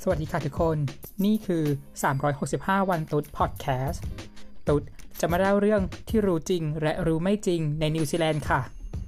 สวัสดีค่ะทุกคนนี่คือ365วันตุ๊ดพอดแคสต์ตุ๊ดจะมาเล่าเรื่องที่รู้จริงและรู้ไม่จริงในนิวซีแลนด์ค่ะ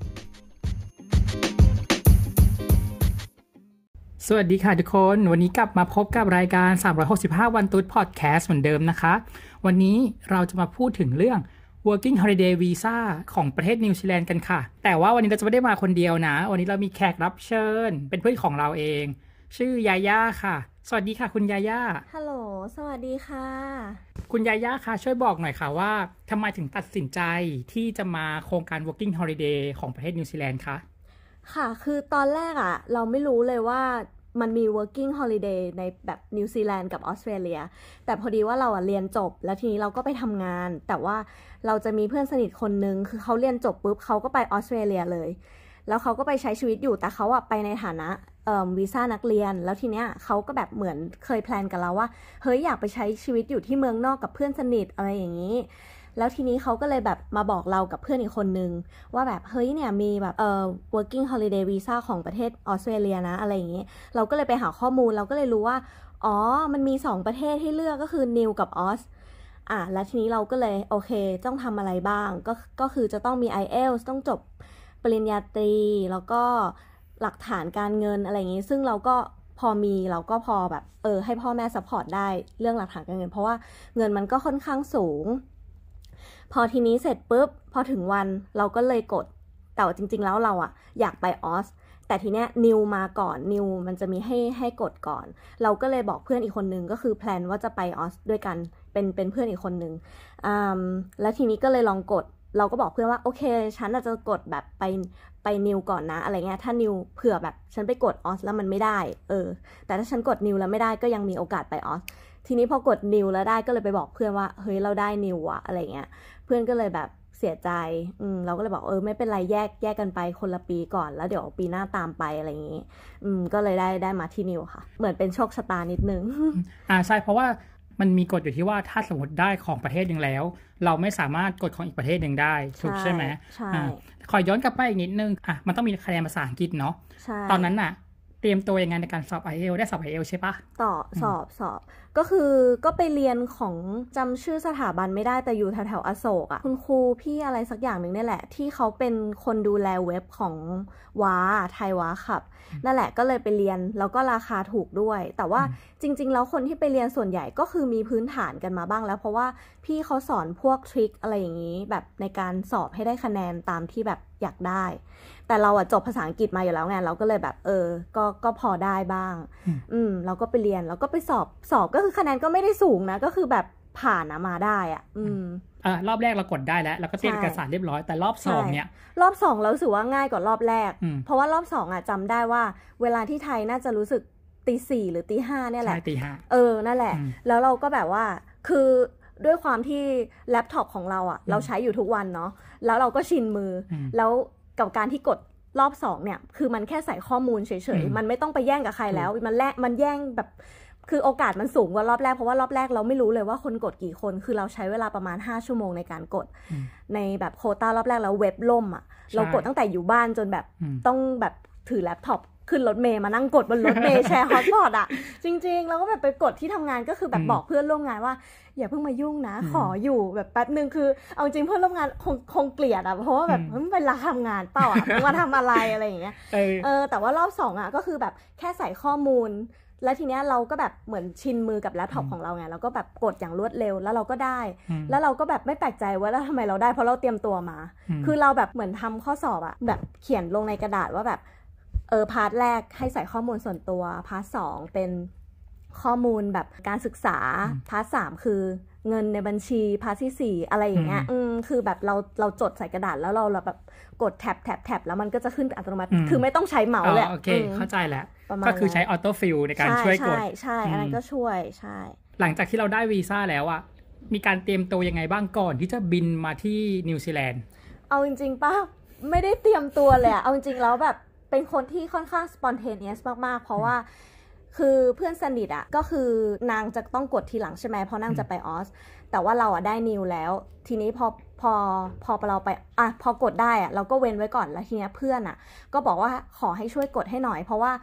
สวัสดีค่ะทุกคนวันนี้กลับมาพบกับรายการ365วันตุ๊ดพอดแคสต์เหมือนเดิมนะคะวันนี้เราจะมาพูดถึงเรื่อง Working Holiday Visa ของประเทศนิวซีแลนด์กันค่ะแต่ว่าวันนี้เราจะไม่ได้มาคนเดียวนะวันนี้เรามีแขกรับเชิญเป็นเพื่อนของเราเองชื่อยาย่าค่ะสวัสดีค่ะคุณยาย่าฮัลโหลสวัสดีค่ะคุณยาย่าค่ะช่วยบอกหน่อยค่ะว่าทำไมถึงตัดสินใจที่จะมาโครงการ Working Holiday ของประเทศนิวซีแลนด์คะค่ะคือตอนแรกเราไม่รู้เลยว่ามันมี working holiday ในแบบนิวซีแลนด์กับออสเตรเลียแต่พอดีว่าเราเรียนจบแล้วทีนี้เราก็ไปทำงานแต่ว่าเราจะมีเพื่อนสนิทคนนึงคือเขาเรียนจบปุ๊บเขาก็ไปออสเตรเลียเลยแล้วเขาก็ไปใช้ชีวิตอยู่แต่เขาไปในฐานะวีซ่านักเรียนแล้วทีเนี้ยเขาก็แบบเหมือนเคยแพลนกับเราว่าเฮ้ยอยากไปใช้ชีวิตอยู่ที่เมืองนอกกับเพื่อนสนิทอะไรอย่างนี้แล้วทีนี้เขาก็เลยแบบมาบอกเรากับเพื่อนอีกคนนึงว่าแบบเฮ้ยเนี่ยมีแบบworking holiday visa ของประเทศออสเตรเลียนะอะไรอย่างนี้เราก็เลยไปหาข้อมูลเราก็เลยรู้ว่าอ๋อมันมี2ประเทศให้เลือกก็คือนิวกับออสแล้วทีนี้เราก็เลยโอเคต้องทำอะไรบ้างก็คือจะต้องมี IELTS ต้องจบปริญญาตรีแล้วก็หลักฐานการเงินอะไรอย่างนี้ซึ่งเราก็พอมีเราก็พอแบบให้พ่อแม่ซัพพอร์ตได้เรื่องหลักฐานการเงินเพราะว่าเงินมันก็ค่อนข้างสูงพอทีนี้เสร็จปุ๊บพอถึงวันเราก็เลยกดแต่จริงๆแล้วเราอยากไปออสแต่ทีเนี้ยนิวมาก่อนนิวมันจะมีให้กดก่อนเราก็เลยบอกเพื่อนอีกคนนึงก็คือแพลนว่าจะไปออสด้วยกันเป็นเพื่อนอีกคนนึงแล้วทีนี้ก็เลยลองกดเราก็บอกเพื่อนว่าโอเคฉันอาจจะกดแบบไปนิวก่อนนะอะไรเงี้ยถ้านิวเผื่อแบบฉันไปกดออสแล้วมันไม่ได้แต่ถ้าฉันกดนิวแล้วไม่ได้ก็ยังมีโอกาสไปออสทีนี้พอกดนิวแล้วได้ก็เลยไปบอกเพื่อนว่าเฮ้ยเราได้นิวอะอะไรเงี้ยเพื่อนก็เลยแบบเสียใจเราก็เลยบอกไม่เป็นไรแยกกันไปคนละปีก่อนแล้วเดี๋ยวปีหน้าตามไปอะไรอย่างงี้ก็เลยได้มาที่นิวค่ะเหมือนเป็นโชคชะตานิดนึงใช่เพราะว่ามันมีกฎอยู่ที่ว่าถ้าสมมติได้ของประเทศนึงแล้วเราไม่สามารถกดของอีกประเทศนึงได้ถูกใช่ไหมใช่ขอย้อนกลับไปอีกนิดนึงมันต้องมีคะแนนภาษาอังกฤษเนาะตอนนั้นเตรียมตัวยังไงในการสอบ IELTS ได้สอบ IELTS ใช่ปะสอบก็คือก็ไปเรียนของจำชื่อสถาบันไม่ได้แต่อยู่แถวอโศกคุณครูพี่อะไรสักอย่างหนึ่งนี่แหละที่เขาเป็นคนดูแลเว็บของไทยว้าครับนั่นแหละก็เลยไปเรียนแล้วก็ราคาถูกด้วยแต่ว่าจริงๆแล้วคนที่ไปเรียนส่วนใหญ่ก็คือมีพื้นฐานกันมาบ้างแล้วเพราะว่าพี่เขาสอนพวกทริคอะไรอย่างนี้แบบในการสอบให้ได้คะแนนตามที่แบบอยากได้แต่เราจบภาษาอังกฤษมาอยู่แล้วไงเราก็เลยแบบก็พอได้บ้างเราก็ไปเรียนแล้วก็ไปสอบก็คือคะแนนก็ไม่ได้สูงนะก็คือแบบผ่านมาได้รอบแรกเรากดได้แล้วก็เตรียมเอกสารเรียบร้อยแต่รอบ2เนี่ยรอบ2เรารู้สึกว่าง่ายกว่ารอบแรกเพราะว่ารอบ2จำได้ว่าเวลาที่ไทยน่าจะรู้สึกตี 4หรือตี 5เนี่ยแหละใช่ตี 5นั่นแหละแล้วเราก็แบบว่าคือด้วยความที่แล็ปท็อปของเราเราใช้อยู่ทุกวันเนาะแล้วเราก็ชินมือแล้วกับการที่กดรอบ2เนี่ยคือมันแค่ใส่ข้อมูลเฉยๆมันไม่ต้องไปแย่งกับใครแล้วมันแย่งแบบคือโอกาสมันสูงกว่ารอบแรกเพราะว่ารอบแรกเราไม่รู้เลยว่าคนกดกี่คนคือเราใช้เวลาประมาณ5ชั่วโมงในการกดในแบบโควต้ารอบแรกแล้วเว็บล่มเรากดตั้งแต่อยู่บ้านจนแบบต้องแบบถือแล็ปท็อปขึ้นรถเมล์มานั่งกดบนรถเมล์แชร์ฮอตสปอตจริงๆแล้วก็แบบไปกดที่ทำงานก็คือแบบบอกเพื่อนร่วมงานว่าอย่าเพิ่งมายุ่งนะขออยู่แบบแป๊บนึงคือเอาจริงเพื่อนร่วมงานคงเกลียดเพราะว่าแบบมันเป็นเวลาทำงานเปล่ามาทำอะไรอะไรอย่างเงี้ยแต่ว่ารอบ2ก็คือแบบแค่ใส่ข้อมูลแล้วทีเนี้ยเราก็แบบเหมือนชินมือกับแล็ปท็อปของเราไงเราก็แบบกดอย่างรวดเร็วแล้วเราก็ได้แล้วเราก็แบบไม่แปลกใจว่าแล้วทำไมเราได้เพราะเราเตรียมตัวมาคือเราแบบเหมือนทำข้อสอบแบบเขียนลงในกระดาษว่าแบบพาร์ทแรกให้ใส่ข้อมูลส่วนตัวพาร์ท2เป็นข้อมูลแบบการศึกษาพาร์ท3คือเงินในบัญชีพาร์ทที่4อะไรอย่างเงี้ยคือแบบเราจดใส่กระดาษแล้วเราแบบกดแท็บแล้วมันก็จะขึ้นอัตโนมัติคือไม่ต้องใช้เมาส์เลยโอเคเข้าใจแล้วก็คือใช้ออโต้ฟิลในการช่วยกดใช่อันนั้นก็ช่วยใช่หลังจากที่เราได้วีซ่าแล้วมีการเตรียมตัวยังไงบ้างก่อนที่จะบินมาที่นิวซีแลนด์เอาจริงๆป่ะไม่ได้เตรียมตัวเลยเอาจริงๆแล้วแบบเป็นคนที่ค่อนข้าง spontaneous มากๆเพราะว่าคือเพื่อนสนิทก็คือนางจะต้องกดทีหลังใช่ไหมเพราะนางจะไปออสแต่ว่าเราได้นิวแล้วทีนี้พอเราไปพอกดได้เราก็เว้นไว้ก่อนแล้วทีนี้เพื่อนก็บอกว่าขอให้ช่วยกดให้หน่อยเพราะว่า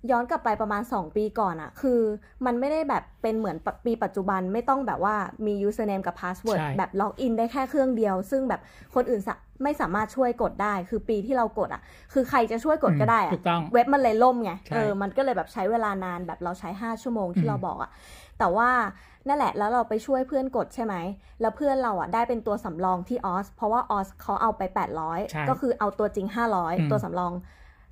ย้อนกลับไปประมาณ2ปีก่อนอะคือมันไม่ได้แบบเป็นเหมือนปีปัจจุบันไม่ต้องแบบว่ามี username กับ password แบบล็อกอินได้แค่เครื่องเดียวซึ่งแบบคนอื่นไม่สามารถช่วยกดได้คือปีที่เรากดอะคือใครจะช่วยกดก็ได้อะเว็บมันเลยล่มไงมันก็เลยแบบใช้เวลานานแบบเราใช้5ชั่วโมงที่เราบอกอะแต่ว่านั่นแหละแล้วเราไปช่วยเพื่อนกดใช่ไหมแล้วเพื่อนเราอ่ะได้เป็นตัวสำรองที่ออสเพราะว่าออสเขาเอาไป800ก็คือเอาตัวจริง500ตัวสำรอง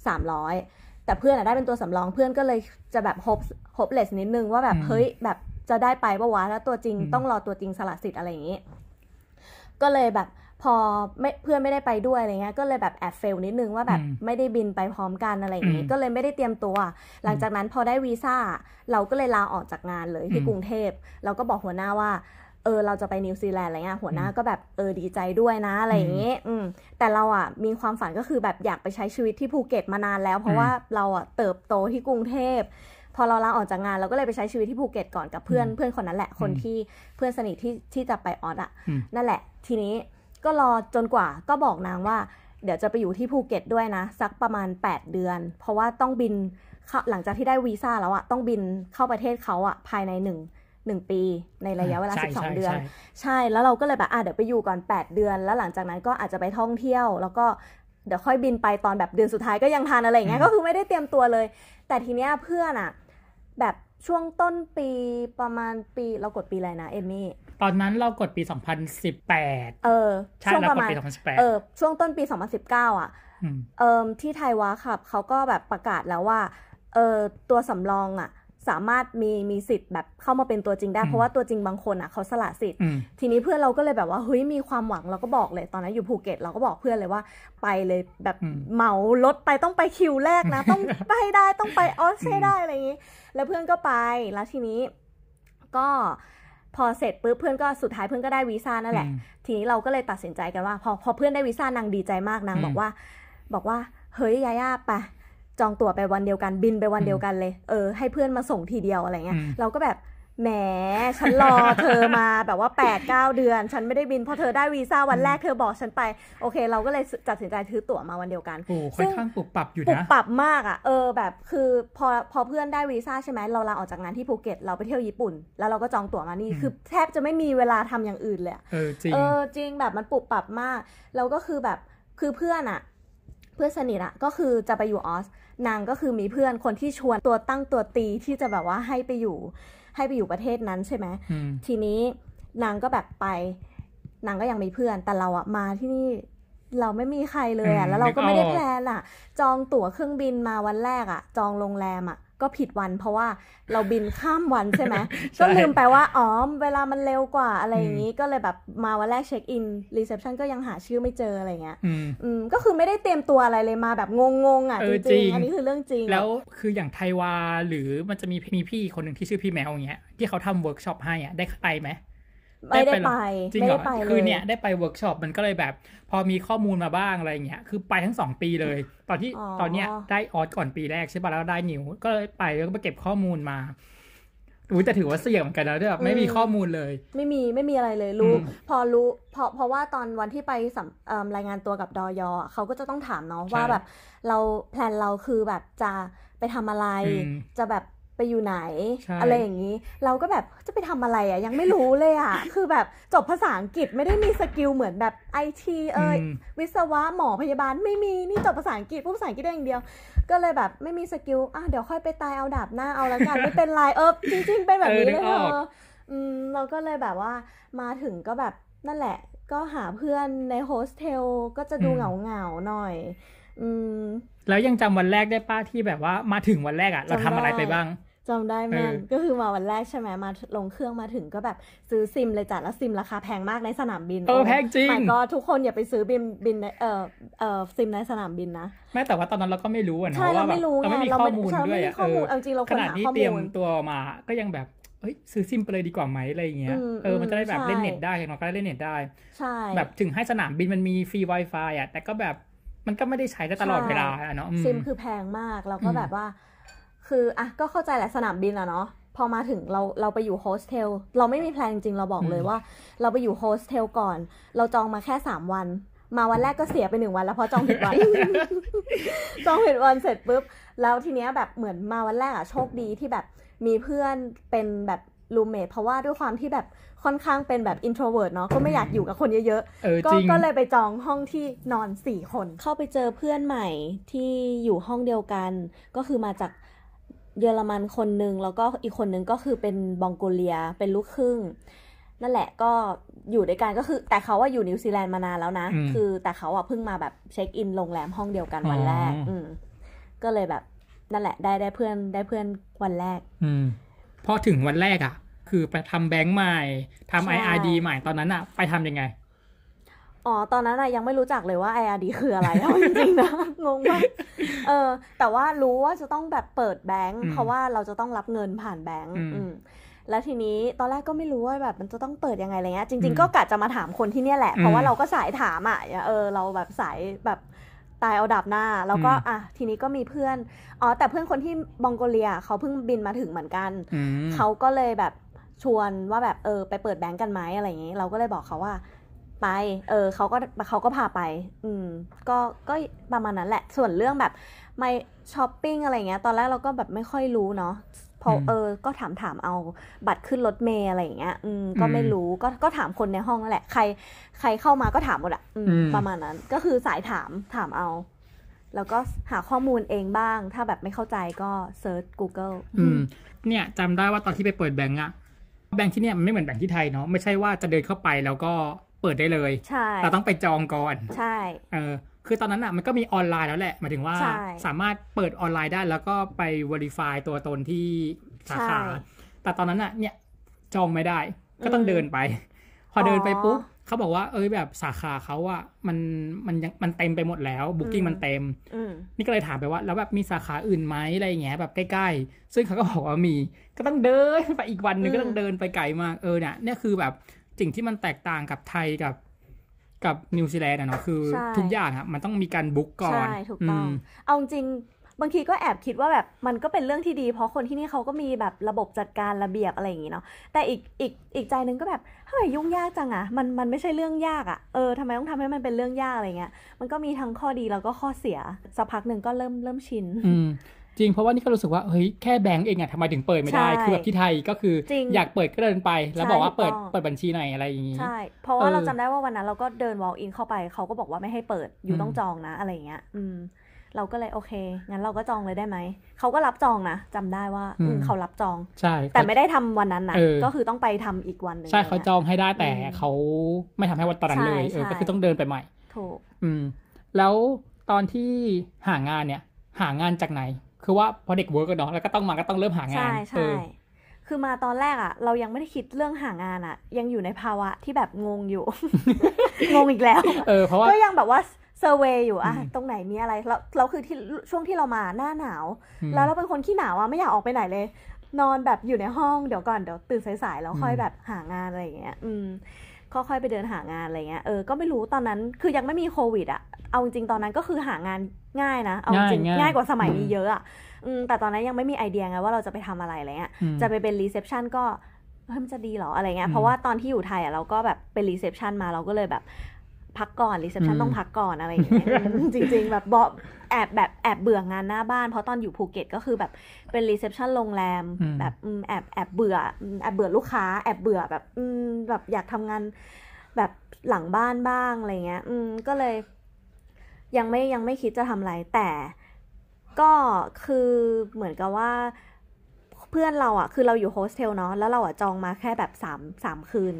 300แต่เพื่อนอ่ะได้เป็นตัวสำรองเพื่อนก็เลยจะแบบhopeless นิดนึงว่าแบบเฮ้ยแบบจะได้ไปปะวะแล้วตัวจริงต้องรอตัวจริงสละสิทธิ์อะไรอย่างงี้ก็เลยแบบพอเพื่อนไม่ได้ไปด้วยอะไรเงี้ยก็เลยแบบแอบเฟลนิดนึงว่าแบบไม่ได้บินไปพร้อมกันอะไรอย่างงี้ก็เลยไม่ได้เตรียมตัวหลังจากนั้นพอได้วีซ่าเราก็เลยลาออกจากงานเลยที่กรุงเทพเราก็บอกหัวหน้าว่าเราจะไปนิวซีแลนด์อะไรเงี้ยหัวหน้าก็แบบดีใจด้วยนะอะไรอย่างงี้แต่เราอ่ะมีความฝันก็คือแบบอยากไปใช้ชีวิตที่ภูเก็ตมานานแล้วเพราะว่าเราอ่ะเติบโตที่กรุงเทพพอเราลาออกจากงานเราก็เลยไปใช้ชีวิตที่ภูเก็ตก่อนกับเพื่อนคนนั้นแหละคนที่เพื่อนสนิทที่จะไปออสอ่ะนั่นแหละทีนี้ก็รอจนกว่าก็บอกนางว่าเดี๋ยวจะไปอยู่ที่ภูเก็ตด้วยนะสักประมาณ8เดือนเพราะว่าต้องบินหลังจากที่ได้วีซ่าแล้วอ่ะต้องบินเข้าประเทศเขาอ่ะภายใน1ปีในระยะเวลา12เดือนใช่แล้วเราก็เลยแบบเดี๋ยวไปอยู่ก่อน8เดือนแล้วหลังจากนั้นก็อาจจะไปท่องเที่ยวแล้วก็เดี๋ยวค่อยบินไปตอนแบบเดือนสุดท้ายก็ยังทันอะไรอย่างเงี้ยก็คือไม่ได้เตรียมตัวเลยแต่ทีเนี้ยเพื่อนอ่ะแบบช่วงต้นปีประมาณปีเรากดปีอะไรนะเอมี่ตอนนั้นเรากดปี2018 ใช่ช่วงประมาณช่วงต้นปี2019อ่ะที่ไทยวะครับเขาก็แบบประกาศแล้วว่าตัวสำรองอ่ะสามารถมีสิทธิ์แบบเข้ามาเป็นตัวจริงได้เพราะว่าตัวจริงบางคนอ่ะเขาสละสิทธิ์ทีนี้เพื่อนเราก็เลยแบบว่าเฮ้ยมีความหวังเราก็บอกเลยตอนนั้นอยู่ภูเก็ตเราก็บอกเพื่อนเลยว่าไปเลยแบบเหมารถไปต้องไปคิวแรกนะต้องไปได้ต้องไปออสให้ได้อะไรอย่างงี้แล้วเพื่อนก็ไปแล้วทีนี้ก็พอเสร็จปุ๊บเพื่อนก็สุดท้ายเพื่อนก็ได้วีซ่านั่นแหละทีนี้เราก็เลยตัดสินใจกันว่าพอเพื่อนได้วีซ่านางดีใจมากนางบอกว่าเฮ้ยยาย่าไปจองตั๋วไปวันเดียวกันบินไปวันเดียวกันเลยให้เพื่อนมาส่งทีเดียวอะไรเงี้ยเราก็แบบแหมฉันรอเธอมาแบบว่า 8-9 เดือนฉันไม่ได้บินพอเธอได้วีซ่าวันแรกเธอบอกฉันไปโอเคเราก็เลยตัดสินใจซื้อตั๋วมาวันเดียวกันค่อนข้างปรับปรับอยู่นะปรับปรับมากอ่ะแบบคือพอเพื่อนได้วีซ่าใช่ไหมเราลาออกจากงานที่ภูเก็ตเราไปเที่ยวญี่ปุ่นแล้วเราก็จองตั๋วมานี่คือแทบจะไม่มีเวลาทำอย่างอื่นเลยจริงจริงแบบมันปรับปรับมากแล้วก็คือแบบคือเพื่อนอ่ะเพื่อนสนิทอ่ะก็คือจะไปอยู่ออสนางก็คือมีเพื่อนคนที่ชวนตัวตั้งตัวตีที่จะแบบว่าให้ไปอยู่ประเทศนั้นใช่ไหมทีนี้นางก็แบบไปนางก็ยังมีเพื่อนแต่เราอะมาที่นี่เราไม่มีใครเลยอะแล้วเราก็ไม่ได้แพลนอะจองตั๋วเครื่องบินมาวันแรกอะจองโรงแรมอะก็ผิดวันเพราะว่าเราบินข้ามวันใช่ไหม ก็ลืมไปว่าเวลามันเร็วกว่าอะไรอย่างนี้ก็เลยแบบมาวันแรกเช็คอินรีเซพชันก็ยังหาชื่อไม่เจออะไรเงี้ยก็คือไม่ได้เตรียมตัวอะไรเลยมาแบบงงๆอ่ะจริงๆอันนี้คือเรื่องจริงแล้วคืออย่างไทยวาหรือมันจะมีพี่คนหนึ่งที่ชื่อพี่แมวอย่างเงี้ยที่เขาทำเวิร์กช็อปให้อ่ะได้ไปไหมไม่ได้ไปจริงเหรอคือเนี่ยได้ไปเวิร์กช็อปมันก็เลยแบบพอมีข้อมูลมาบ้างอะไรเงี้ยคือไปทั้ง2ปีเลยตอนเนี้ยได้ออสก่อนปีแรกใช่ป่ะแล้วได้นิวก็เลยไปแล้วก็ไปเก็บข้อมูลมาแต่ถือว่าเสี่ยงเหมือนกันนะที่แบบไม่มีข้อมูลเลยไม่มีอะไรเลยเพราะว่าตอนวันที่ไปรายงานตัวกับดย.เขาก็จะต้องถามเนาะว่าแบบเราแพลนเราคือแบบจะไปทำอะไรจะแบบไปอยู่ไหนอะไรอย่างนี้เราก็แบบจะไปทำอะไรอ่ะยังไม่รู้เลยอ่ะ คือแบบจบภาษาอังกฤษไม่ได้มีสกิลเหมือนแบบ IT วิศวะหมอพยาบาลไม่มีนี่จบภาษาอังกฤษพูดภาษาอังกฤษได้อย่างเดียวก็เลยแบบไม่มีสกิลเดี๋ยวค่อยไปตายเอาดาบหน้าเอาละกันไม่เป็นไรจริงๆเป็นแบบนี้เลยเราก็เลยแบบว่ามาถึงก็แบบนั่นแหละก็หาเพื่อนในโฮสเทลก็จะดูเหงาๆหน่อยแล้วยังจำวันแรกได้ป้าที่แบบว่ามาถึงวันแรกอ่ะเราทำอะไรไปบ้างจำได้แม่นก็คือมาวันแรกใช่ไหมมาลงเครื่องมาถึงก็แบบซื้อซิมเลยจ้ะแล้วซิมราคาแพงมากในสนามบินแพงจริงก็ทุกคนอย่าไปซื้อบินซิมในสนามบินนะแม้แต่ว่าตอนนั้นเราก็ไม่รู้อ่ะนะว่าแบบเราไม่มีข้อมูลด้วยอ่ะจริงเราขนาดที่เตรียมตัวมาก็ยังแบบซื้อซิมไปเลยดีกว่าไหมอะไรอย่างเงี้ยมันจะได้แบบเล่นเน็ตได้อย่างน้อยก็ได้เล่นเน็ตได้ใช่แบบถึงให้สนามบินมันมีฟรี Wi-Fi อ่ะแต่ก็แบบมันก็ไม่ได้ใช้ได้ตลอดเวลาเนาะซิมคือแพงมากเราก็แบบว่าคือก็เข้าใจแหละสนามบินอะเนาะพอมาถึงเราไปอยู่โฮสเทลเราไม่มีแพลนจริงๆเราบอกเลยว่าเราไปอยู่โฮสเทลก่อนเราจองมาแค่3วันมาวันแรกก็เสียไป1 วันแล้วเพราะจองผิดวัน จองผิดวันเสร็จปุ๊บแล้วทีเนี้ยแบบเหมือนมาวันแรกอ่ะโชคดีที่แบบมีเพื่อนเป็นแบบรูมเมทเพราะว่าด้วยความที่แบบค่อนข้างเป็นแบบ introvert เนาะก็ไม่อยากอยู่กับคนเยอะๆก็เลยไปจองห้องที่นอน4 คนเข้าไปเจอเพื่อนใหม่ที่อยู่ห้องเดียวกันก็คือมาจากเยอรมันคนนึงแล้วก็อีกคนนึงก็คือเป็นมองโกเลียเป็นลูกครึ่งนั่นแหละก็อยู่ด้วยกันก็คือแต่เขาว่าอยู่นิวซีแลนด์มานานแล้วนะคือแต่เขาอ่ะเพิ่งมาแบบเช็คอินโรงแรมห้องเดียวกันวันแรกก็เลยแบบนั่นแหละได้เพื่อนวันแรกพอถึงวันแรกอ่ะคือไปทำแบงค์ใหม่ทำ IRD ใหม่ตอนนั้นอ่ะไปทำยังไงตอนนั้นอะยังไม่รู้จักเลยว่า IRD คืออะไรจริงๆนะงงมากแต่ว่ารู้ว่าจะต้องแบบเปิดแบงค์เพราะว่าเราจะต้องรับเงินผ่านแบงค์แล้วทีนี้ตอนแรกก็ไม่รู้ว่าแบบมันจะต้องเปิดยังไงอะไรเงี้ยจริงๆก็กะจะมาถามคนที่เนี่ยแหละเพราะว่าเราก็สายถามอ่ะเราแบบสายแบบตายเอาดับหน้าแล้วก็ทีนี้ก็มีเพื่อนแต่เพื่อนคนที่มองโกเลียเขาเพิ่งบินมาถึงเหมือนกันเขาก็เลยแบบชวนว่าแบบไปเปิดแบงก์กันไหมอะไรอย่างงี้เราก็เลยบอกเขาว่าไปเขาก็พาไปก็ประมาณนั้นแหละส่วนเรื่องแบบไม่ช้อปปิ้งอะไรเงี้ยตอนแรกเราก็แบบไม่ค่อยรู้เนาะพอก็ถามเอาบัตรขึ้นรถเมล์อะไรอย่างเงี้ยก็ไม่รู้ก็ถามคนในห้องนั่นแหละใครเข้ามาก็ถามหมดประมาณนั้นก็คือสายถามเอาแล้วก็หาข้อมูลเองบ้างถ้าแบบไม่เข้าใจก็เซิร์ช Google เนี่ยจำได้ว่าตอนที่ไปเปิดแบงก์อะแบงก์ที่เนี่ยมันไม่เหมือนแบงก์ที่ไทยเนาะไม่ใช่ว่าจะเดินเข้าไปแล้วก็เปิดได้เลยใช่เราต้องไปจองก่อนใช่คือตอนนั้นอ่ะมันก็มีออนไลน์แล้วแหละหมายถึงว่าสามารถเปิดออนไลน์ได้แล้วก็ไป verify ตัวตนที่สาขาแต่ตอนนั้นอ่ะเนี่ยจองไม่ได้ก็ต้องเดินไปพอเดินไปปุ๊บเขาบอกว่าแบบสาขาเขาอ่ะมันเต็มไปหมดแล้วบุ๊กิ้งมันเต็มนี่ก็เลยถามไปว่าแล้วแบบมีสาขาอื่นไหมอะไรอย่างเงี้ยแบบใกล้ๆซึ่งเขาก็บอกว่ามีก็ต้องเดินไปอีกวันนึงก็ต้องเดินไปไกลมากเนี่ยคือแบบสิ่งที่มันแตกต่างกับไทยกับนิวซีแลนด์เนาะคือทุกอย่างอ่ะมันต้องมีการบุ๊กก่อนใช่ถูกต้องเอาจริงบางทีก็แอบคิดว่าแบบมันก็เป็นเรื่องที่ดีเพราะคนที่นี่เขาก็มีแบบระบบจัดการระเบียบอะไรอย่างงี้เนาะแต่อีกใจนึงก็แบบเฮ้ยยุ่งยากจังอ่ะมันไม่ใช่เรื่องยากอ่ะทำไมต้องทำให้มันเป็นเรื่องยากอะไรเงี้ยมันก็มีทั้งข้อดีแล้วก็ข้อเสียสักพักนึงก็เริ่มชินจริงเพราะว่านี่ก็รู้สึกว่าเฮ้ยแค่แบงก์เองอะทำไมถึงเปิดไม่ได้คือแบบที่ไทยก็คืออยากเปิดก็เดินไปแล้วบอกว่าเปิดบัญชีหน่อยอะไรอย่างงี้ใช่เพราะว่าเราจำได้ว่าวันนั้นเราก็เดิน walk in เข้าไปเขาก็บอกว่าไม่ให้เปิดอยู่ต้องจองนะอะไรอย่างเงี้ยเราก็เลยโอเคงั้นเราก็จองเลยได้ไหมเขาก็รับจองนะจำได้ว่าเขารับจองใช่แต่ไม่ได้ทำวันนั้นนะก็คือต้องไปทำอีกวันนึงใช่เขาจองให้ได้แต่เขาไม่ทำให้วันตอนนั้นเลยก็คือต้องเดินไปใหม่ถูกแล้วตอนที่หางานเนี่ยหางานจากไหนคือว่าพอเด็กเวิร์กเนาะแล้วก็ต้องเริ่มหางานใช่คือมาตอนแรกอ่ะเรายังไม่ได้คิดเรื่องหางานอ่ะยังอยู่ในภาวะที่แบบงงอยู่ งงอีกแล้วเพราะว่าก็ยังแบบว่าเซอร์เวย์อยู่อะตรงไหนมีอะไรเราคือที่ช่วงที่เรามาหน้าหนาวแล้วเราเป็นคนขี้หนาวอะไม่อยากออกไปไหนเลยนอนแบบอยู่ในห้องเดี๋ยวตื่นสายๆแล้วค่อยแบบหางานอะไรอย่างเงี้ยค่อยๆไปเดินหางานอะไรเงี้ยก็ไม่รู้ตอนนั้นคือยังไม่มีโควิดอะเอาจริงตอนนั้นก็คือหางานง่ายนะเอาจริงง่ายกว่าสมัยนี้เยอะอะแต่ตอนนั้นยังไม่มีไอเดียไงว่าเราจะไปทำอะไรอะไรเงี้ยจะไปเป็นรีเซพชันก็มันจะดีหรออะไรเงี้ยเพราะว่าตอนที่อยู่ไทยอะเราก็แบบเป็นรีเซพชันมาเราก็เลยแบบพักก่อนรีเซพชันต้องพักก่อนอะไรอย่างเงี้ยจริงๆแบบแอบเบื่องานหน้าบ้านเพราะตอนอยู่ภูเก็ตก็คือแบบเป็นรีเซพชันโรงแรมแบบแอบเบื่อลูกค้าแอบเบื่อแบบแบบอยากทำงานแบบหลังบ้านบ้างอะไรเงี้ยก็เลยยังไม่คิดจะทำอะไรแต่ก็คือเหมือนกับว่าเพื่อนเราอ่ะคือเราอยู่โฮสเทลเนาะแล้วเราอ่ะจองมาแค่แบบ3คืน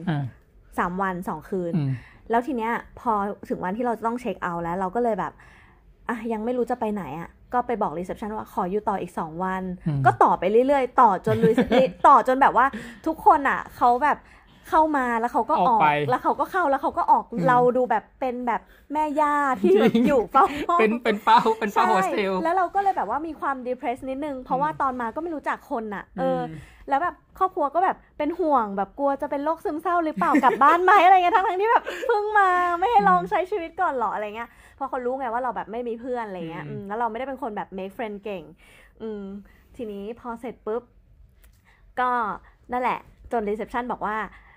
3 วัน 2 คืนแล้วทีเนี้ยพอถึงวันที่เราจะต้องเช็คเอาท์แล้วเราก็เลยแบบยังไม่รู้จะไปไหนอ่ะก็ไปบอกรีเซพชันว่าขออยู่ต่ออีก2 วันก็ต่อไปเรื่อยๆต่อจนต่อจนแบบว่าทุกคนอ่ะเขาแบบเข้ามาแล้วเขาก็ออกแล้วเขาก็เข้าแล้วเขาก็ออกเราดูแบบเป็นแบบแม่ย่าที่อยู่เฝ้าเป็นเป้าโฮสเทลแล้วเราก็เลยแบบว่ามีความ depressed นิดนึงเพราะว่าตอนมาก็ไม่รู้จักคนอ่ะแล้วแบบครอบครัวก็แบบเป็นห่วงแบบกลัวจะเป็นโรคซึมเศร้าหรือเปล่ากลับบ้านไหมอะไรเงี้ยทั้งที่แบบเพิ่งมาไม่ให้ลองใช้ชีวิตก่อนหรออะไรเงี้ยพอเขารู้ไงว่าเราแบบไม่มีเพื่อนอะไรเงี้ยแล้วเราไม่ได้เป็นคนแบบ make friend เก่งทีนี้พอเสร็จปุ๊บก็นั่นแหละจน reception บอกว่า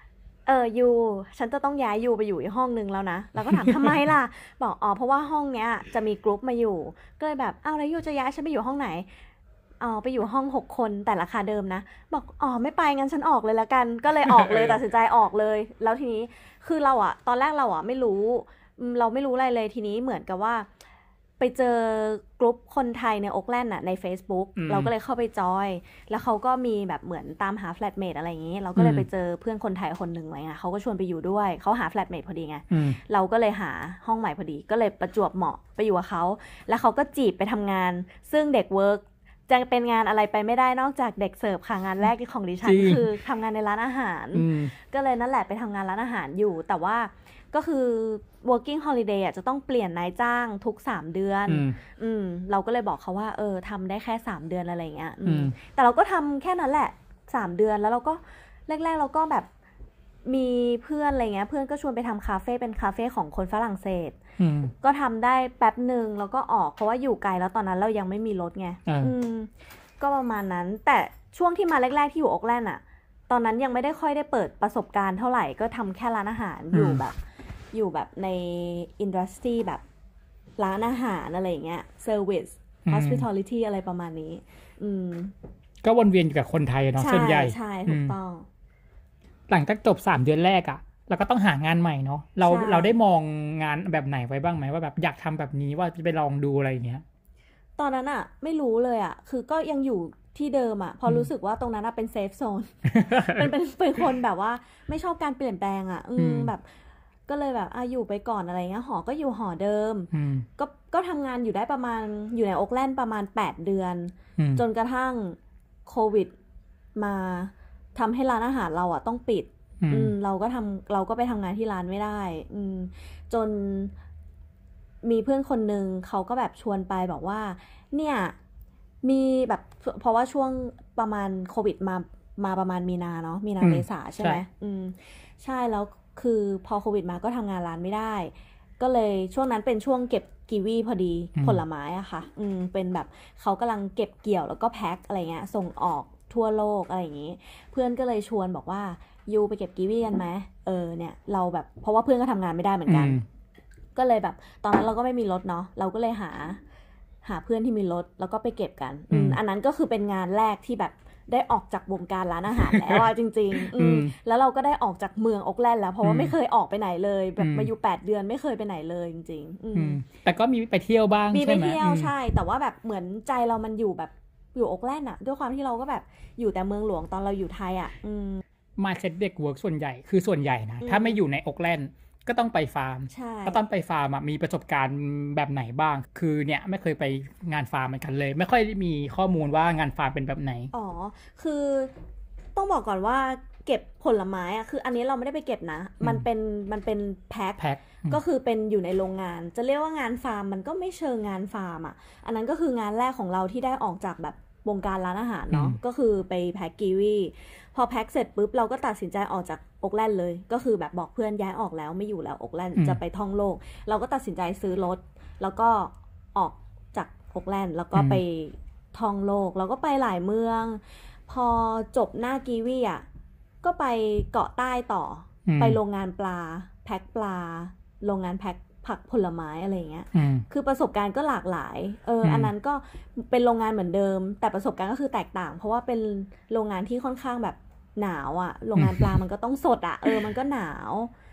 ยูฉันจะต้องย้ายยูไปอยู่อีกห้องนึงแล้วนะแล้วก็ถาม ทำไมล่ะบอกเพราะว่าห้องเนี้ยจะมีกรุ๊ปมาอยู่ก็เลยแบบแล้วยูจะย้ายฉันไปอยู่ห้องไหนไปอยู่ห้อง6คนแต่ราคาเดิมนะบอกไม่ไปงั้นฉันออกเลยละกันก็เลยออกเลย ตัดสินใจออกเลยแล้วทีนี้คือเราตอนแรกเราไม่รู้เราไม่รู้อะไรเลยทีนี้เหมือนกับว่าไปเจอกรุ๊ปคนไทยในโอ๊คแลนด์ใน Facebook เราก็เลยเข้าไปจอยแล้วเขาก็มีแบบเหมือนตามหาแฟลตเมทอะไรอย่างนี้เราก็เลยไปเจอเพื่อนคนไทยคนหนึ่งไว้ไงเขาก็ชวนไปอยู่ด้วยเขาหาแฟลตเมทพอดีไงเราก็เลยหาห้องใหม่พอดีก็เลยประจวบเหมาะไปอยู่กับเขาแล้วเขาก็จีบไปทำงานซึ่งเด็กเวิร์กจะเป็นงานอะไรไปไม่ได้นอกจากเด็กเสิร์ฟค่ะงานแรกที่ของดิฉันคือทำงานในร้านอาหารก็เลยนั่นแหละไปทำงานร้านอาหารอยู่แต่ว่าก็คือ working holiday จะต้องเปลี่ยนนายจ้างทุก3เดือนเราก็เลยบอกเขาว่าทำได้แค่3เดือนอะไรเงี้ยแต่เราก็ทำแค่นั้นแหละ3เดือนแล้วเราก็แรกๆเราก็แบบมีเพื่อนอะไรเงี้ยเพื่อนก็ชวนไปทำคาเฟ่เป็นคาเฟ่ของคนฝรั่งเศสก็ทำได้แป๊บนึงแล้วก็ออกเพราะว่าอยู่ไกลแล้วตอนนั้นเรายังไม่มีรถไงก็ประมาณนั้นแต่ช่วงที่มาแรกๆที่อยู่โอ๊คแลนด์ตอนนั้นยังไม่ได้ค่อยได้เปิดประสบการณ์เท่าไหร่ก็ทำแค่ร้านอาหารอยู่แบบในอินดัสทรีแบบร้านอาหารอะไรเงี้ยเซอร์วิส hospitality อะไรประมาณนี้ก็วนเวียนอยู่กับคนไทยเนาะส่วนใหญ่ใช่ถูกต้องหลังจากจบ3เดือนแรกเราก็ต้องหางานใหม่เนาะเราได้มองงานแบบไหนไว้บ้างไหมว่าแบบอยากทำแบบนี้ว่าจะไปลองดูอะไรอย่างเงี้ยตอนนั้นไม่รู้เลยคือก็ยังอยู่ที่เดิมพอรู้สึกว่าตรงนั้นเป็นเซฟโซน เป็นคนแบบว่าไม่ชอบการเปลี่ยนแปลงแบบก็เลยแบบอยู่ไปก่อนอะไรเงี้ยหอก็อยู่หอเดิมก็ทำงานอยู่ได้ประมาณอยู่ในโอ๊คแลนด์ประมาณ8เดือนจนกระทั่งโควิดมาทำให้ร้านอาหารเราต้องปิดเราก็ไปทำงานที่ร้านไม่ได้จนมีเพื่อนคนนึงเขาก็แบบชวนไปบอกว่าเนี่ยมีแบบเพราะว่าช่วงประมาณโควิดมาประมาณมีนาเนาะมีนาเมษาใช่ไหมใช่แล้วคือพอโควิดมาก็ทำงานร้านไม่ได้ก็เลยช่วงนั้นเป็นช่วงเก็บกีวีพอดีผลไม้ค่ะเป็นแบบเขากำลังเก็บเกี่ยวแล้วก็แพ็คอะไรเงี้ยส่งออกทั่วโลกอะไรอย่างนี้เพื่อนก็เลยชวนบอกว่ายูไปเก็บกีวีกันไหมเนี่ยเราแบบเพราะว่าเพื่อนก็ทำงานไม่ได้เหมือนกันก็เลยแบบตอนนั้นเราก็ไม่มีรถเนาะเราก็เลยหาเพื่อนที่มีรถแล้วก็ไปเก็บกันอันนั้นก็คือเป็นงานแรกที่แบบได้ออกจากวงการร้านอาหารแล้วจริงๆแล้วเราก็ได้ออกจากเมืองโอ๊คแลนด์แล้วเพราะว่าไม่เคยออกไปไหนเลยแบบมาอยู่8เดือนไม่เคยไปไหนเลยจริงๆแต่ก็มีไปเที่ยวบ้างมีไปเที่ยวใช่แต่ว่าแบบเหมือนใจเรามันอยู่แบบอยู่โอ๊คแลนด์ด้วยความที่เราก็แบบอยู่แต่เมืองหลวงตอนเราอยู่ไทย mindset เด็กเวิร์กส่วนใหญ่นะถ้าไม่อยู่ในโอ๊คแลนด์ก็ต้องไปฟาร์มก็ต้องไปฟาร์มมีประสบการณ์แบบไหนบ้างคือเนี่ยไม่เคยไปงานฟาร์มเหมือนกันเลยไม่ค่อยมีข้อมูลว่างานฟาร์มเป็นแบบไหนคือต้องบอกก่อนว่าเก็บผลไม้คืออันนี้เราไม่ได้ไปเก็บนะมันเป็นแพ็คก็คือเป็นอยู่ในโรงงานจะเรียกว่างานฟาร์มมันก็ไม่เชิงงานฟาร์มอันนั้นก็คืองานแรกของเราที่ได้ออกจากแบบวงการร้านอาหารเนาะก็คือไปแพ็คกีวีพอแพ็คเสร็จปุ๊บเราก็ตัดสินใจออกจากโอ๊คแลนด์เลยก็คือแบบบอกเพื่อนย้ายออกแล้วไม่อยู่แล้วโอ๊คแลนด์จะไปท่องโลกเราก็ตัดสินใจซื้อรถแล้วก็ออกจากโอ๊คแลนด์แล้วก็ไปท่องโลกเราก็ไปหลายเมืองพอจบหน้ากีวีก็ไปเกาะใต้ต่อไปโรงงานปลาแพ็คปลาโรงงานแพ็คผักผลไม้อะไรเงี้ยคือประสบการณ์ก็หลากหลายอันนั้นก็เป็นโรงงานเหมือนเดิมแต่ประสบการณ์ก็คือแตกต่างเพราะว่าเป็นโรงงานที่ค่อนข้างแบบหนาวโรงงานปลามันก็ต้องสดมันก็หนาว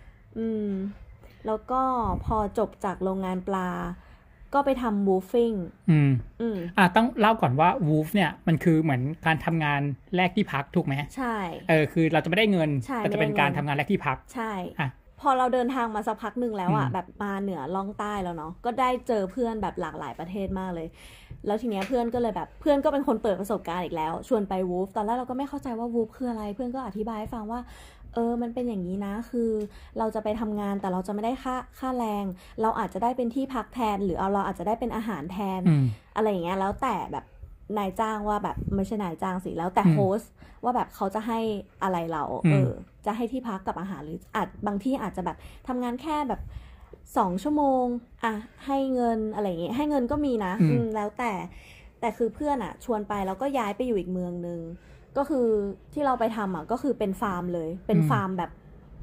แล้วก็พอจบจากโรงงานปลาก็ไปทำวูฟฟิ้งต้องเล่าก่อนว่าวูฟเนี่ยมันคือเหมือนการทำงานแลกที่พักถูกไหมใช่คือเราจะไม่ได้เงินแต่จะเป็นการทำงานแลกที่พักใช่พอเราเดินทางมาสักพักนึงแล้วแบบมาเหนือล่องใต้แล้วเนาะก็ได้เจอเพื่อนแบบหลากหลายประเทศมากเลยแล้วทีเนี้ยเพื่อนก็เลยแบบเพื่อนก็เป็นคนเปิดประสบการณ์อีกแล้วชวนไปวูฟตอนแรกเราก็ไม่เข้าใจว่าวูฟคืออะไรเพื่อนก็อธิบายให้ฟังว่ามันเป็นอย่างนี้นะคือเราจะไปทำงานแต่เราจะไม่ได้ค่าแรงเราอาจจะได้เป็นที่พักแทนหรือเราอาจจะได้เป็นอาหารแทนอะไรอย่างเงี้ยแล้วแต่แบบนายจ้างว่าแบบไม่ใช่นายจ้างสิแล้วแต่โฮสต์ว่าแบบเขาจะให้อะไรเราจะให้ที่พักกับอาหารหรืออาจบางที่อาจจะแบบทำงานแค่แบบ2 ชั่วโมงให้เงินอะไรอย่างเงี้ยให้เงินก็มีนะแล้วแต่คือเพื่อนชวนไปแล้วก็ย้ายไปอยู่อีกเมืองนึงก็คือที่เราไปทำก็คือเป็นฟาร์มเลยเป็นฟาร์มแบบ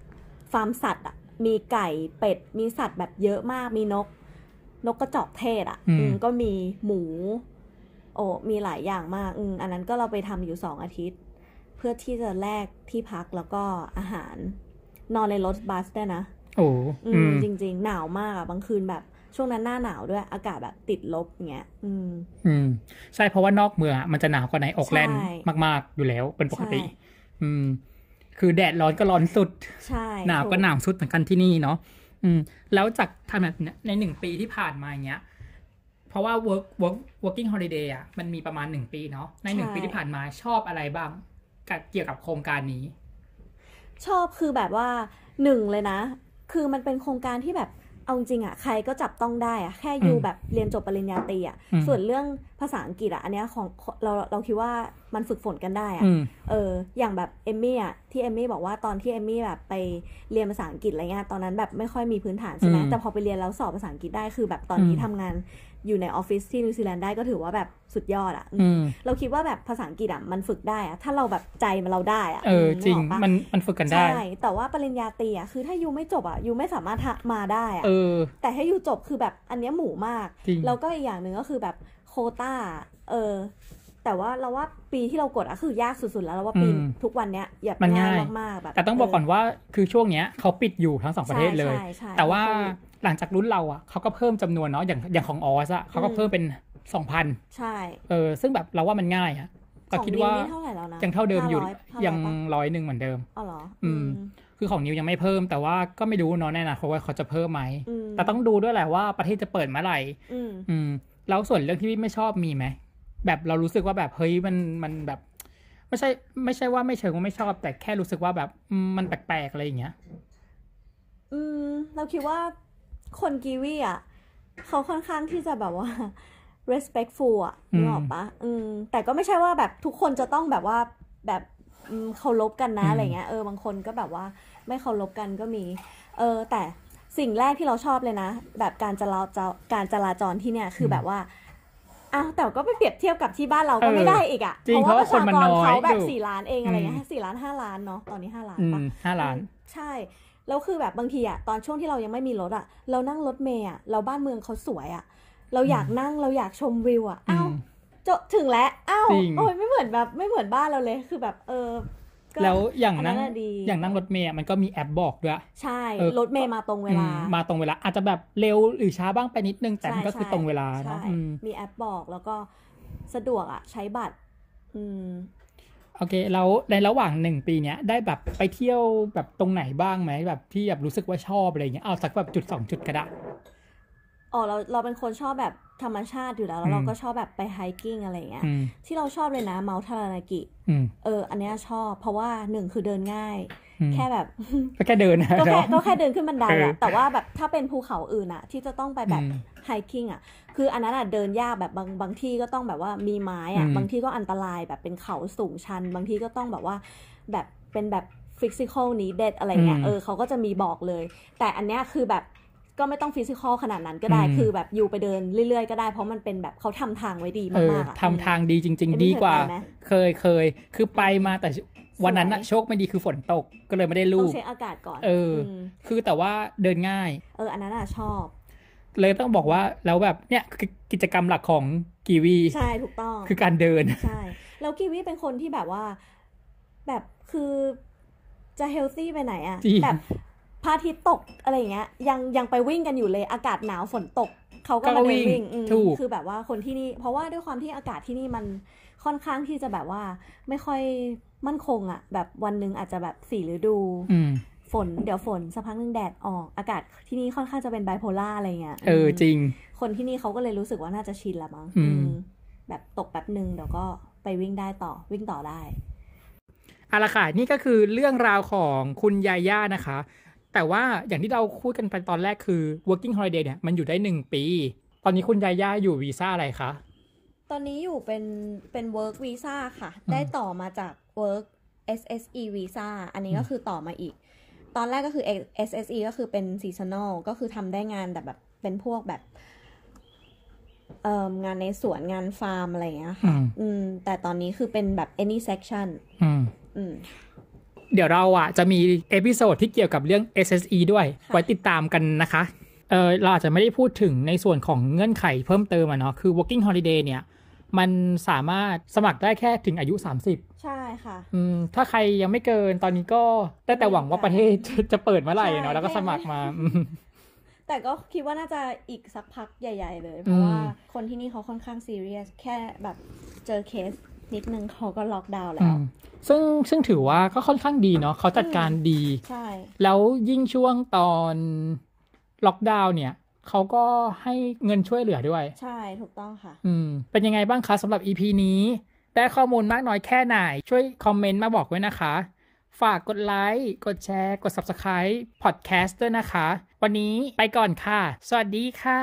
ฟาร์มสัตว์อ่ะมีไก่เป็ดมีสัตว์แบบเยอะมากมีนกกระจอกเทศอ่ะก็มีหมูมีหลายอย่างมากอันนั้นก็เราไปทำอยู่2 อาทิตย์เพื่อที่จะแลกที่พักแล้วก็อาหารนอนในรถบัสได้นะจริงๆหนาวมากอ่ะบางคืนแบบช่วงนั้นหน้าหนาวด้วยอากาศแบบติดลบอย่างเงี้ยใช่เพราะว่านอกเมืองมันจะหนาวกว่าในโอ๊คแลนด์มากๆอยู่แล้วเป็นปกติคือแดดร้อนก็ร้อนสุดใช่หนาวก็หนาวสุดเหมือนกันที่นี่เนาะแล้วจากทำแบบใน1 ปีที่ผ่านมาอย่างเงี้ยเพราะว่า working holiday อ่ะมันมีประมาณ1 ปีเนาะใน1 ปีที่ผ่านมาชอบอะไรบ้างเกี่ยวกับโครงการนี้ชอบคือแบบว่า1เลยนะคือมันเป็นโครงการที่แบบเอาจริงอ่ะใครก็จับต้องได้อ่ะแค่อยู่แบบเรียนจบปริญญาตรีอ่ะส่วนเรื่องภาษาอังกฤษอ่ะอันเนี้ยของเราคิดว่ามันฝึกฝนกันได้อ่ะอย่างแบบเอมมี่อ่ะที่เอมมี่บอกว่าตอนที่เอมมี่แบบไปเรียนภาษาอังกฤษอะไรเงี้ยตอนนั้นแบบไม่ค่อยมีพื้นฐานใช่ไหมแต่พอไปเรียนแล้วสอบภาษาอังกฤษได้คือแบบตอนนี้ทำงานอยู่ในออฟฟิศที่นิวซีแลนด์ได้ก็ถือว่าแบบสุดยอดอ่ะเราคิดว่าแบบภาษาอังกฤษอ่ะมันฝึกได้อ่ะถ้าเราแบบใจมันเราได้อ่ะจริงมันฝึกกันได้ใช่แต่ว่าปริญญาตรีอ่ะคือถ้ายูไม่จบอ่ะยูไม่สามารถมาได้อ่ะแต่ถ้ายูจบคือแบบอันเนี้ยหมู่มากแล้วก็อีกอย่างนึงก็คือแบบโควต้าแต่ว่าเราว่าปีที่เรากดอะคือยากสุดๆแล้วเราว่าปีทุกวันเนี้ยง่ายมากๆแบบแต่ต้องบอกก่อนว่าคือช่วงเนี้ยเขาปิดอยู่ทั้ง2 ประเทศเลยแต่ว่าหลังจากรุ่นเราอ่ะเขาก็เพิ่มจำนวนเนาะอย่างของออสอ่ะเขาก็เพิ่มเป็น 2,000 ใช่ซึ่งแบบเราว่ามันง่ายอ่ะก็คิดว่ายังเท่าเดิมอยู่ยัง100เหมือนเดิมอ๋อเหรอคือของนิวยังไม่เพิ่มแต่ว่าก็ไม่รู้เนาะแน่นะว่าเขาจะเพิ่มไหมแต่ต้องดูด้วยแหละว่าประเทศจะเปิดเมื่อไหร่แล้วส่วนเรื่องที่ไม่ชอบมีไหมแบบเรารู้สึกว่าแบบเฮ้ยมันแบบไม่ใช่ว่าไม่เชิงว่าไม่ชอบแต่แค่รู้สึกว่าแบบมันแปลกๆอะไรอย่างเงี้ยเราคิดว่าคนกีวีอ่ะเขาค่อนข้างที่จะแบบว่า respectful อ่ะนึกออกปะแต่ก็ไม่ใช่ว่าแบบทุกคนจะต้องแบบว่าแบบเคารพกันนะอะไรเงี้ยบางคนก็แบบว่าไม่เคารพกันก็มีแต่สิ่งแรกที่เราชอบเลยนะแบบการจราจรที่เนี่ยคือแบบว่าแต่ก็ไปเปรียบเทียบกับที่บ้านเราก็ไม่ได้อีกอ่ะเพราะว่าประชากรเขาแบบ4 ล้านเองอะไรเงี้ย4 ล้าน5 ล้านเนาะตอนนี้5 ล้านปะ 5 ล้านใช่แล้วคือแบบบางทีอ่ะตอนช่วงที่เรายังไม่มีรถอ่ะเรานั่งรถเมล์อ่ะเราบ้านเมืองเขาสวยอ่ะเราอยากนั่งเราอยากชมวิวอ่ะถึงแล้วโอ้ยไม่เหมือนบ้านเราเลยคือแบบแล้วอย่างนั่งรถเมล์มันก็มีแอปบอกด้วยใช่รถเมล์มาตรงเวลาอาจจะแบบเร็วหรือช้าบ้างไปนิดนึงแต่มันก็คือตรงเวลาเนาะมีแอปบอกแล้วก็สะดวกอ่ะใช้บัตรโอเคแล้วในระหว่าง1 ปีเนี้ยได้แบบไปเที่ยวแบบตรงไหนบ้างไหมแบบที่แบบรู้สึกว่าชอบอะไรเงี้ยเอาสักแบบจุด2 จุดก็ได้เราเป็นคนชอบแบบธรรมชาติอยู่แล้วเราก็ชอบแบบไปไฮกิ้งอะไรเงี้ยที่เราชอบเลยนะเมาท์ทารานากิอันเนี้ยชอบเพราะว่า1คือเดินง่ายแค่แบบก็แค่เดินก็แค่เดินขึ้นบันไดอะแต่ว่าแบบถ้าเป็นภูเขาอื่นอะที่จะต้องไปแบบไฮกิ้งอะคืออันนั้นอะเดินยากแบบบางที่ก็ต้องแบบว่ามีไม้อะบางที่ก็อันตรายแบบเป็นเขาสูงชันบางที่ก็ต้องแบบว่าแบบเป็นแบบ physical needed อะไรเงี้ยเขาก็จะมีบอกเลยแต่อันเนี้ยคือแบบก็ไม่ต้องฟิสิกอลขนาดนั้นก็ได้คือแบบอยู่ไปเดินเรื่อยๆก็ได้เพราะมันเป็นแบบเขาทำทางไว้ดีมากๆทำทางดีจริงๆดีกว่าเคยคือไปมาแต่วันนั้นน่ะโชคไม่ดีคือฝนตกก็เลยไม่ได้ลูกต้องเช็คอากาศก่อนคือแต่ว่าเดินง่ายอันนั้นน่ะชอบเลยต้องบอกว่าแล้วแบบเนี่ยกิจกรรมหลักของกีวีใช่ถูกต้องคือการเดินใช่แล้วกีวีเป็นคนที่แบบว่าแบบคือจะเฮลตี้ไปไหนอะแบบพระอาทิตย์ตกอะไรเงี้ยยังไปวิ่งกันอยู่เลยอากาศหนาวฝนตกเขาก็มาวิ่งคือแบบว่าคนที่นี่เพราะว่าด้วยความที่อากาศที่นี่มันค่อนข้างที่จะแบบว่าไม่ค่อยมั่นคงอ่ะแบบวันนึงอาจจะแบบ4 ฤดูฝนเดี๋ยวฝนสักพักนึงแดดออกอากาศที่นี่ค่อนข้างจะเป็นไบโพล่าอะไรเงี้ยจริงคนที่นี่เขาก็เลยรู้สึกว่าน่าจะชินละมั้งแบบตกแป๊บนึงเดี๋ยวก็ไปวิ่งต่อได้เอาละค่ะนี่ก็คือเรื่องราวของคุณยาย่านะคะแต่ว่าอย่างที่เราคุยกันไปตอนแรกคือ working holiday เนี่ยมันอยู่ได้1 ปีตอนนี้คุณยาย่าอยู่วีซ่าอะไรคะตอนนี้อยู่เป็น work visa ค่ะได้ต่อมาจาก work SSE visa อันนี้ก็คือต่อมาอีกตอนแรกก็คือ SSE ก็คือเป็น seasonal ก็คือทำได้งานแบบเป็นพวกแบบงานในสวนงานฟาร์มอะไรอย่างเงี้ยค่ะแต่ตอนนี้คือเป็นแบบ any section เดี๋ยวเราจะมีเอพิโซดที่เกี่ยวกับเรื่อง SSE ด้วยไว้ติดตามกันนะคะเราอาจจะไม่ได้พูดถึงในส่วนของเงื่อนไขเพิ่มเติมเนาะคือ working holiday เนี่ยมันสามารถสมัครได้แค่ถึงอายุ30 ใช่ค่ะถ้าใครยังไม่เกินตอนนี้ก็ได้แต่หวังว่าประเทศจะเปิดเมื่อไหร่เนาะแล้วก็สมัครมาแต่ก็คิดว่าน่าจะอีกสักพักใหญ่ๆเลยเพราะว่าคนที่นี่เขาค่อนข้างซีเรียสแค่แบบเจอเคสนิดนึงเขาก็ล็อกดาวน์แล้วซึ่งถือว่าก็ค่อนข้างดีเนาะเขาจัดการดีใช่แล้วยิ่งช่วงตอนล็อกดาวน์เนี่ยเขาก็ให้เงินช่วยเหลือด้วยใช่ถูกต้องค่ะเป็นยังไงบ้างคะสำหรับ EP นี้ได้ข้อมูลมากน้อยแค่ไหนช่วยคอมเมนต์มาบอกไว้นะคะฝากกดไลค์กดแชร์กด Subscribe Podcast ด้วยนะคะวันนี้ไปก่อนค่ะสวัสดีค่ะ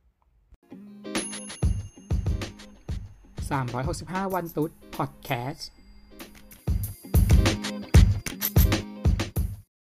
365 วันตุ๊ด Podcast